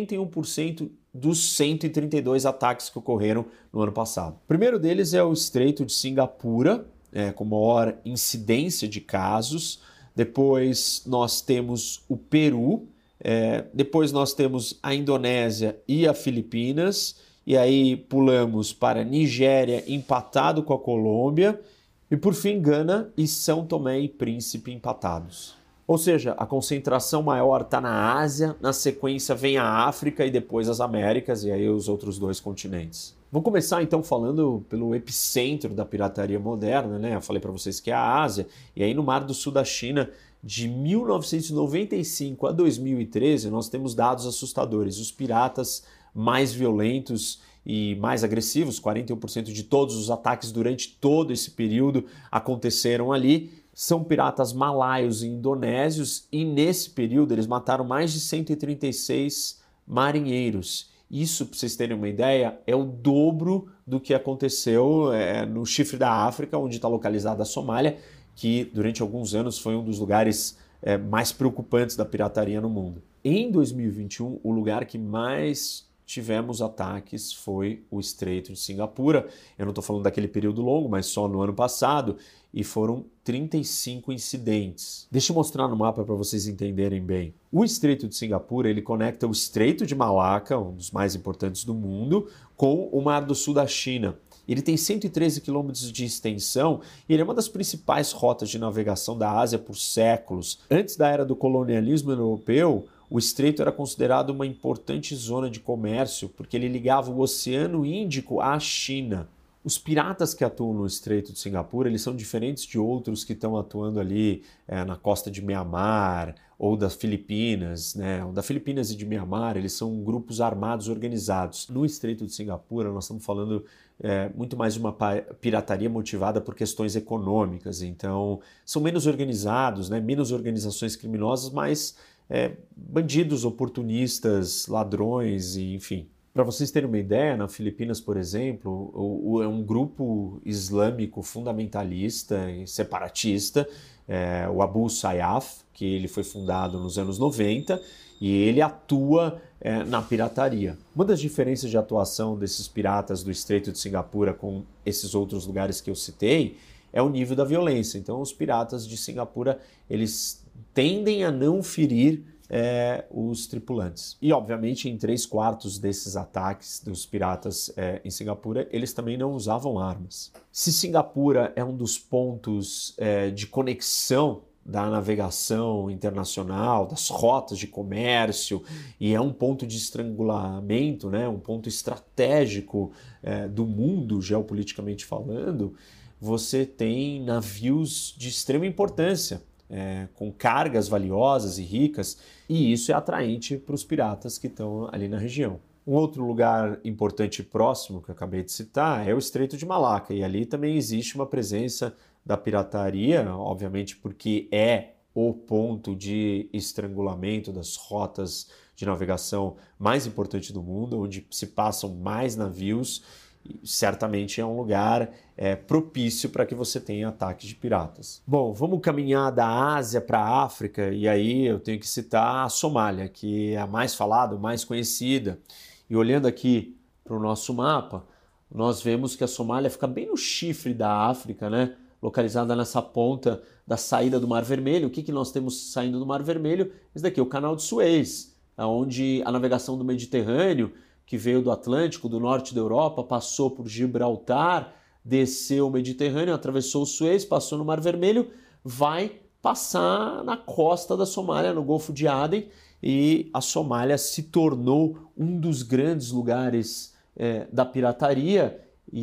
71% dos 132 ataques que ocorreram no ano passado. O primeiro deles é o Estreito de Singapura, com maior incidência de casos. Depois nós temos o Peru, depois nós temos a Indonésia e a Filipinas, e aí pulamos para Nigéria empatado com a Colômbia, e por fim Gana e São Tomé e Príncipe empatados. Ou seja, a concentração maior está na Ásia, na sequência vem a África e depois as Américas, e aí os outros 2 continentes. Vou começar então falando pelo epicentro da pirataria moderna, né? Eu falei para vocês que é a Ásia, e aí no Mar do Sul da China de 1995 a 2013, nós temos dados assustadores. Os piratas mais violentos e mais agressivos, 41% de todos os ataques durante todo esse período aconteceram ali, são piratas malaios e indonésios, e nesse período eles mataram mais de 136 marinheiros. Isso, para vocês terem uma ideia, é o dobro do que aconteceu no Chifre da África, onde está localizada a Somália, que durante alguns anos foi um dos lugares mais preocupantes da pirataria no mundo. Em 2021, o lugar que mais tivemos ataques foi o Estreito de Singapura. Eu não estou falando daquele período longo, mas só no ano passado, e foram 35 incidentes. Deixa eu mostrar no mapa para vocês entenderem bem. O Estreito de Singapura, ele conecta o Estreito de Malaca, um dos mais importantes do mundo, com o Mar do Sul da China. Ele tem 113 quilômetros de extensão e ele é uma das principais rotas de navegação da Ásia por séculos. Antes da era do colonialismo europeu, o estreito era considerado uma importante zona de comércio porque ele ligava o Oceano Índico à China. Os piratas que atuam no Estreito de Singapura, eles são diferentes de outros que estão atuando ali na costa de Mianmar ou das Filipinas, né? Da Filipinas e de Mianmar, eles são grupos armados organizados. No Estreito de Singapura, nós estamos falando muito mais de uma pirataria motivada por questões econômicas. Então, são menos organizados, né? Menos organizações criminosas, mas bandidos, oportunistas, ladrões, e, enfim. Para vocês terem uma ideia, na Filipinas, por exemplo, é um grupo islâmico fundamentalista e separatista, o Abu Sayyaf, que ele foi fundado nos anos 90 e ele atua na pirataria. Uma das diferenças de atuação desses piratas do Estreito de Singapura com esses outros lugares que eu citei é o nível da violência. Então, os piratas de Singapura, eles tendem a não ferir os tripulantes. E, obviamente, em 3/4 desses ataques dos piratas em Singapura, eles também não usavam armas. Se Singapura é um dos pontos de conexão da navegação internacional, das rotas de comércio, e é um ponto de estrangulamento, né, um ponto estratégico do mundo, geopoliticamente falando, você tem navios de extrema importância, com cargas valiosas e ricas, e isso é atraente para os piratas que estão ali na região. Um outro lugar importante próximo que eu acabei de citar é o Estreito de Malaca, e ali também existe uma presença da pirataria, obviamente porque é o ponto de estrangulamento das rotas de navegação mais importante do mundo, onde se passam mais navios. Certamente é um lugar propício para que você tenha ataques de piratas. Bom, vamos caminhar da Ásia para a África, e aí eu tenho que citar a Somália, que é a mais falada, mais conhecida. E olhando aqui para o nosso mapa, nós vemos que a Somália fica bem no chifre da África, né? Localizada nessa ponta da saída do Mar Vermelho. O que nós temos saindo do Mar Vermelho? Esse daqui é o Canal de Suez, onde a navegação do Mediterrâneo, que veio do Atlântico, do norte da Europa, passou por Gibraltar, desceu o Mediterrâneo, atravessou o Suez, passou no Mar Vermelho, vai passar na costa da Somália, no Golfo de Aden, e a Somália se tornou um dos grandes lugares da pirataria,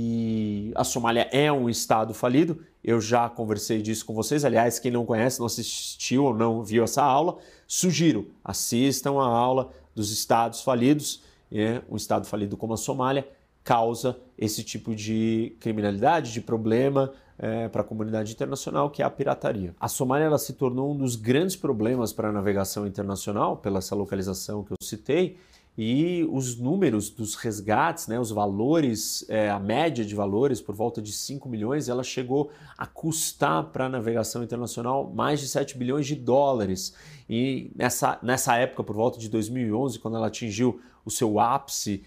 e a Somália é um estado falido. Eu já conversei disso com vocês. Aliás, quem não conhece, não assistiu ou não viu essa aula, sugiro, assistam a aula dos estados falidos. Um estado falido como a Somália causa esse tipo de criminalidade, de problema para a comunidade internacional, que é a pirataria. A Somália ela se tornou um dos grandes problemas para a navegação internacional, pela essa localização que eu citei, e os números dos resgates, né, os valores, a média de valores, por volta de 5 milhões, ela chegou a custar para a navegação internacional mais de 7 bilhões de dólares. E nessa época, por volta de 2011, quando ela atingiu o seu ápice,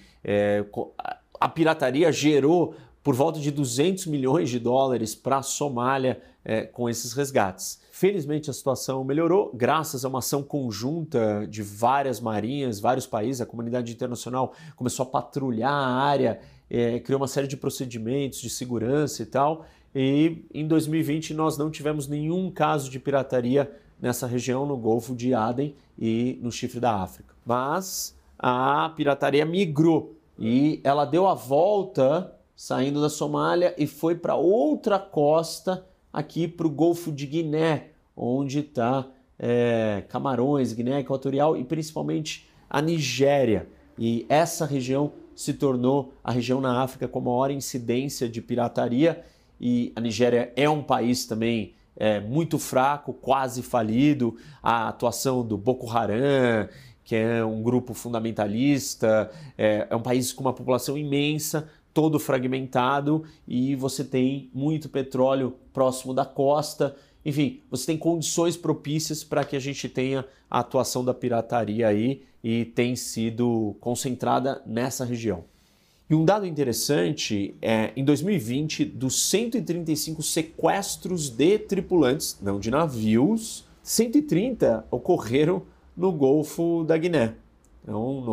a pirataria gerou por volta de 200 milhões de dólares para a Somália com esses resgates. Felizmente a situação melhorou graças a uma ação conjunta de várias marinhas, vários países. A comunidade internacional começou a patrulhar a área, criou uma série de procedimentos de segurança e tal. E em 2020 nós não tivemos nenhum caso de pirataria nessa região, no Golfo de Aden e no Chifre da África. Mas a pirataria migrou e ela deu a volta saindo da Somália e foi para outra costa, aqui para o Golfo de Guiné, onde está Camarões, Guiné Equatorial e principalmente a Nigéria. E essa região se tornou a região na África com maior incidência de pirataria, e a Nigéria é um país também muito fraco, quase falido. A atuação do Boko Haram, que é um grupo fundamentalista, é um país com uma população imensa, todo fragmentado, e você tem muito petróleo próximo da costa. Enfim, você tem condições propícias para que a gente tenha a atuação da pirataria aí, e tem sido concentrada nessa região. E um dado interessante em 2020, dos 135 sequestros de tripulantes, não de navios, 130 ocorreram no Golfo da Guiné. Então,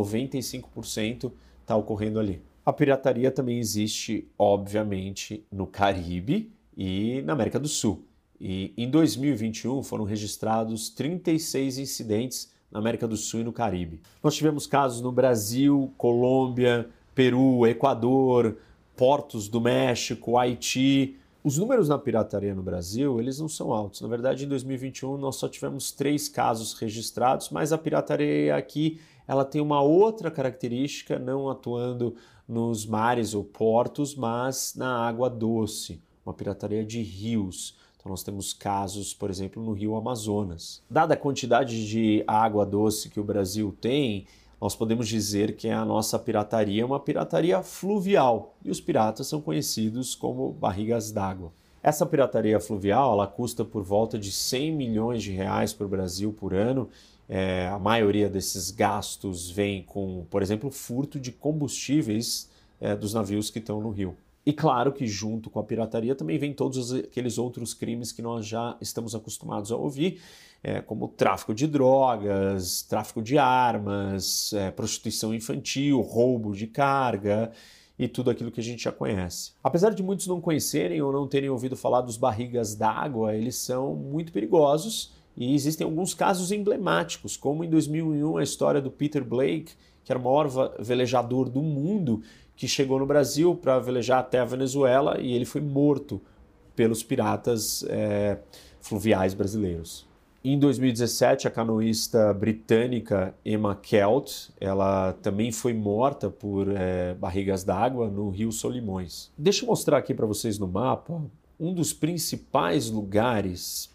95% está ocorrendo ali. A pirataria também existe, obviamente, no Caribe e na América do Sul. E em 2021 foram registrados 36 incidentes na América do Sul e no Caribe. Nós tivemos casos no Brasil, Colômbia, Peru, Equador, portos do México, Haiti. Os números na pirataria no Brasil, eles não são altos. Na verdade, em 2021 nós só tivemos 3 casos registrados, mas a pirataria aqui ela tem uma outra característica, não atuando nos mares ou portos, mas na água doce, uma pirataria de rios. Então nós temos casos, por exemplo, no Rio Amazonas. Dada a quantidade de água doce que o Brasil tem, nós podemos dizer que a nossa pirataria é uma pirataria fluvial, e os piratas são conhecidos como barrigas d'água. Essa pirataria fluvial ela custa por volta de 100 milhões de reais para o Brasil por ano. A maioria desses gastos vem com, por exemplo, furto de combustíveis dos navios que estão no rio. E claro que junto com a pirataria também vem todos aqueles outros crimes que nós já estamos acostumados a ouvir, como tráfico de drogas, tráfico de armas, prostituição infantil, roubo de carga e tudo aquilo que a gente já conhece. Apesar de muitos não conhecerem ou não terem ouvido falar dos barrigas d'água, eles são muito perigosos e existem alguns casos emblemáticos, como em 2001 a história do Peter Blake, que era o maior velejador do mundo, que chegou no Brasil para velejar até a Venezuela e ele foi morto pelos piratas fluviais brasileiros. Em 2017, a canoísta britânica Emma Kelt, ela também foi morta por barrigas d'água no Rio Solimões. Deixa eu mostrar aqui para vocês no mapa, um dos principais lugares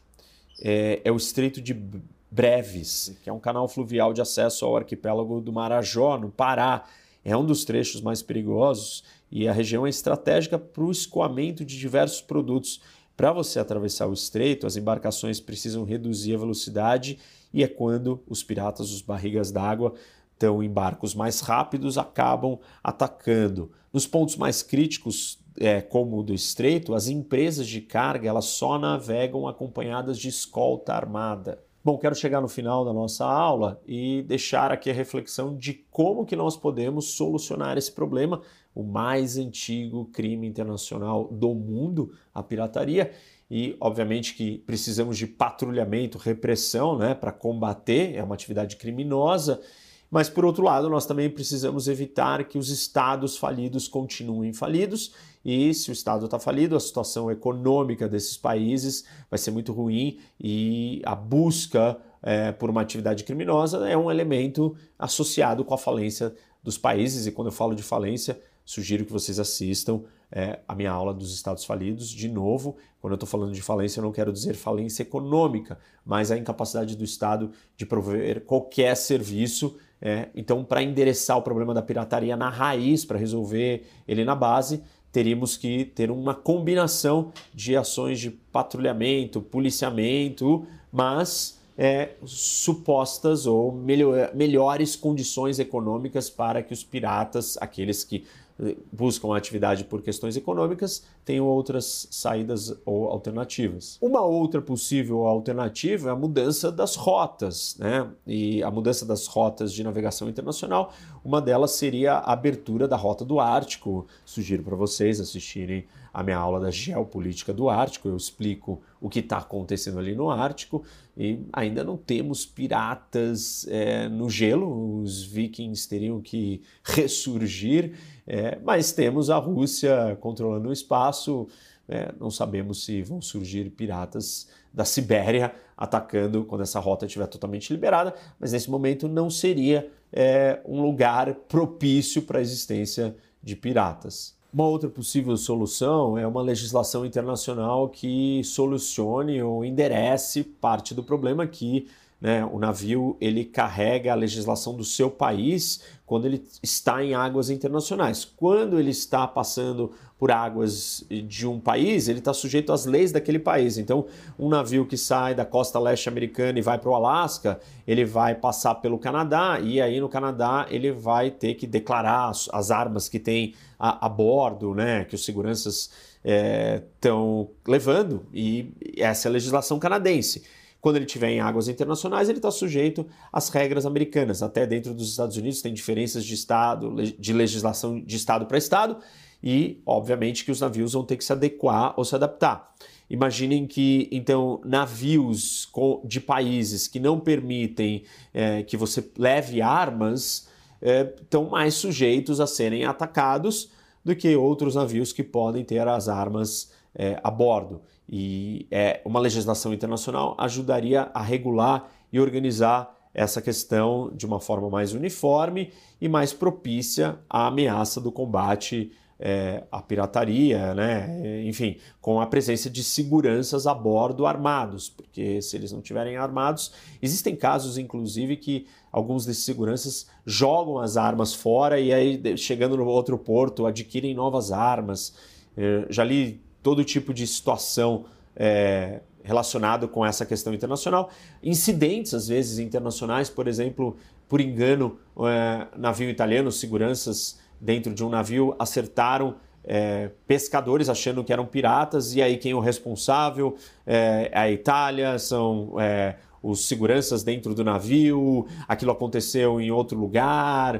é o Estreito de Breves, que é um canal fluvial de acesso ao arquipélago do Marajó, no Pará. É um dos trechos mais perigosos e a região é estratégica para o escoamento de diversos produtos. Para você atravessar o estreito, as embarcações precisam reduzir a velocidade e é quando os piratas, os barrigas d'água, estão em barcos mais rápidos, acabam atacando. Nos pontos mais críticos, como o do estreito, as empresas de carga elas só navegam acompanhadas de escolta armada. Bom, quero chegar no final da nossa aula e deixar aqui a reflexão de como que nós podemos solucionar esse problema, o mais antigo crime internacional do mundo, a pirataria, e obviamente que precisamos de patrulhamento, repressão, né, para combater, é uma atividade criminosa, mas por outro lado nós também precisamos evitar que os estados falidos continuem falidos, e se o estado está falido, a situação econômica desses países vai ser muito ruim e a busca por uma atividade criminosa é um elemento associado com a falência dos países. E quando eu falo de falência, sugiro que vocês assistam a minha aula dos estados falidos. De novo, quando eu estou falando de falência, eu não quero dizer falência econômica, mas a incapacidade do Estado de prover qualquer serviço. Então, para endereçar o problema da pirataria na raiz, para resolver ele na base, teríamos que ter uma combinação de ações de patrulhamento, policiamento, mas supostas ou melhores condições econômicas para que os piratas, aqueles que buscam a atividade por questões econômicas, tenham outras saídas ou alternativas. Uma outra possível alternativa é a mudança das rotas, né? E a mudança das rotas de navegação internacional, uma delas seria a abertura da rota do Ártico. Sugiro para vocês assistirem a minha aula da geopolítica do Ártico, eu explico o que está acontecendo ali no Ártico, e ainda não temos piratas no gelo, os vikings teriam que ressurgir, mas temos a Rússia controlando o espaço, não sabemos se vão surgir piratas da Sibéria atacando quando essa rota estiver totalmente liberada, mas nesse momento não seria um lugar propício para a existência de piratas. Uma outra possível solução é uma legislação internacional que solucione ou enderece parte do problema que, né, o navio ele carrega a legislação do seu país quando ele está em águas internacionais. Quando ele está passando por águas de um país, ele está sujeito às leis daquele país. Então, um navio que sai da costa leste americana e vai para o Alasca, ele vai passar pelo Canadá e aí no Canadá ele vai ter que declarar as armas que tem a bordo, né, que os seguranças estão levando, e essa é a legislação canadense. Quando ele estiver em águas internacionais, ele está sujeito às regras americanas. Até dentro dos Estados Unidos tem diferenças de estado, de legislação de estado para estado, e obviamente que os navios vão ter que se adequar ou se adaptar. Imaginem que, então, navios de países que não permitem que você leve armas estão mais sujeitos a serem atacados do que outros navios que podem ter as armas a bordo. E uma legislação internacional ajudaria a regular e organizar essa questão de uma forma mais uniforme e mais propícia à ameaça do combate à pirataria, né? Enfim, com a presença de seguranças a bordo armados, porque se eles não estiverem armados, existem casos, inclusive, que alguns desses seguranças jogam as armas fora e aí, chegando no outro porto, adquirem novas armas. Já li todo tipo de situação relacionado com essa questão internacional. Incidentes, às vezes, internacionais, por exemplo, por engano, navio italiano, seguranças dentro de um navio acertaram pescadores achando que eram piratas, e aí quem é o responsável é a Itália, são os seguranças dentro do navio, aquilo aconteceu em outro lugar.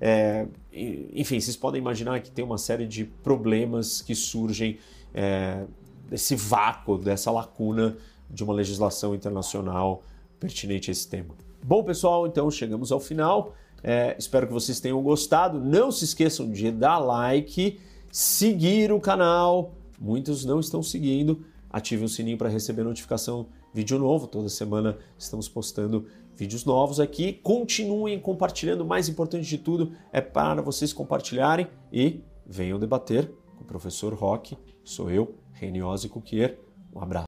Enfim, vocês podem imaginar que tem uma série de problemas que surgem desse vácuo, dessa lacuna de uma legislação internacional pertinente a esse tema. Bom, pessoal, então chegamos ao final. Espero que vocês tenham gostado. Não se esqueçam de dar like, seguir o canal. Muitos não estão seguindo. Ative o sininho para receber notificação, vídeo novo. Toda semana estamos postando vídeos novos aqui. Continuem compartilhando. O mais importante de tudo é para vocês compartilharem e venham debater com o professor Roque. Sou eu, Reniose Cuquier. Um abraço.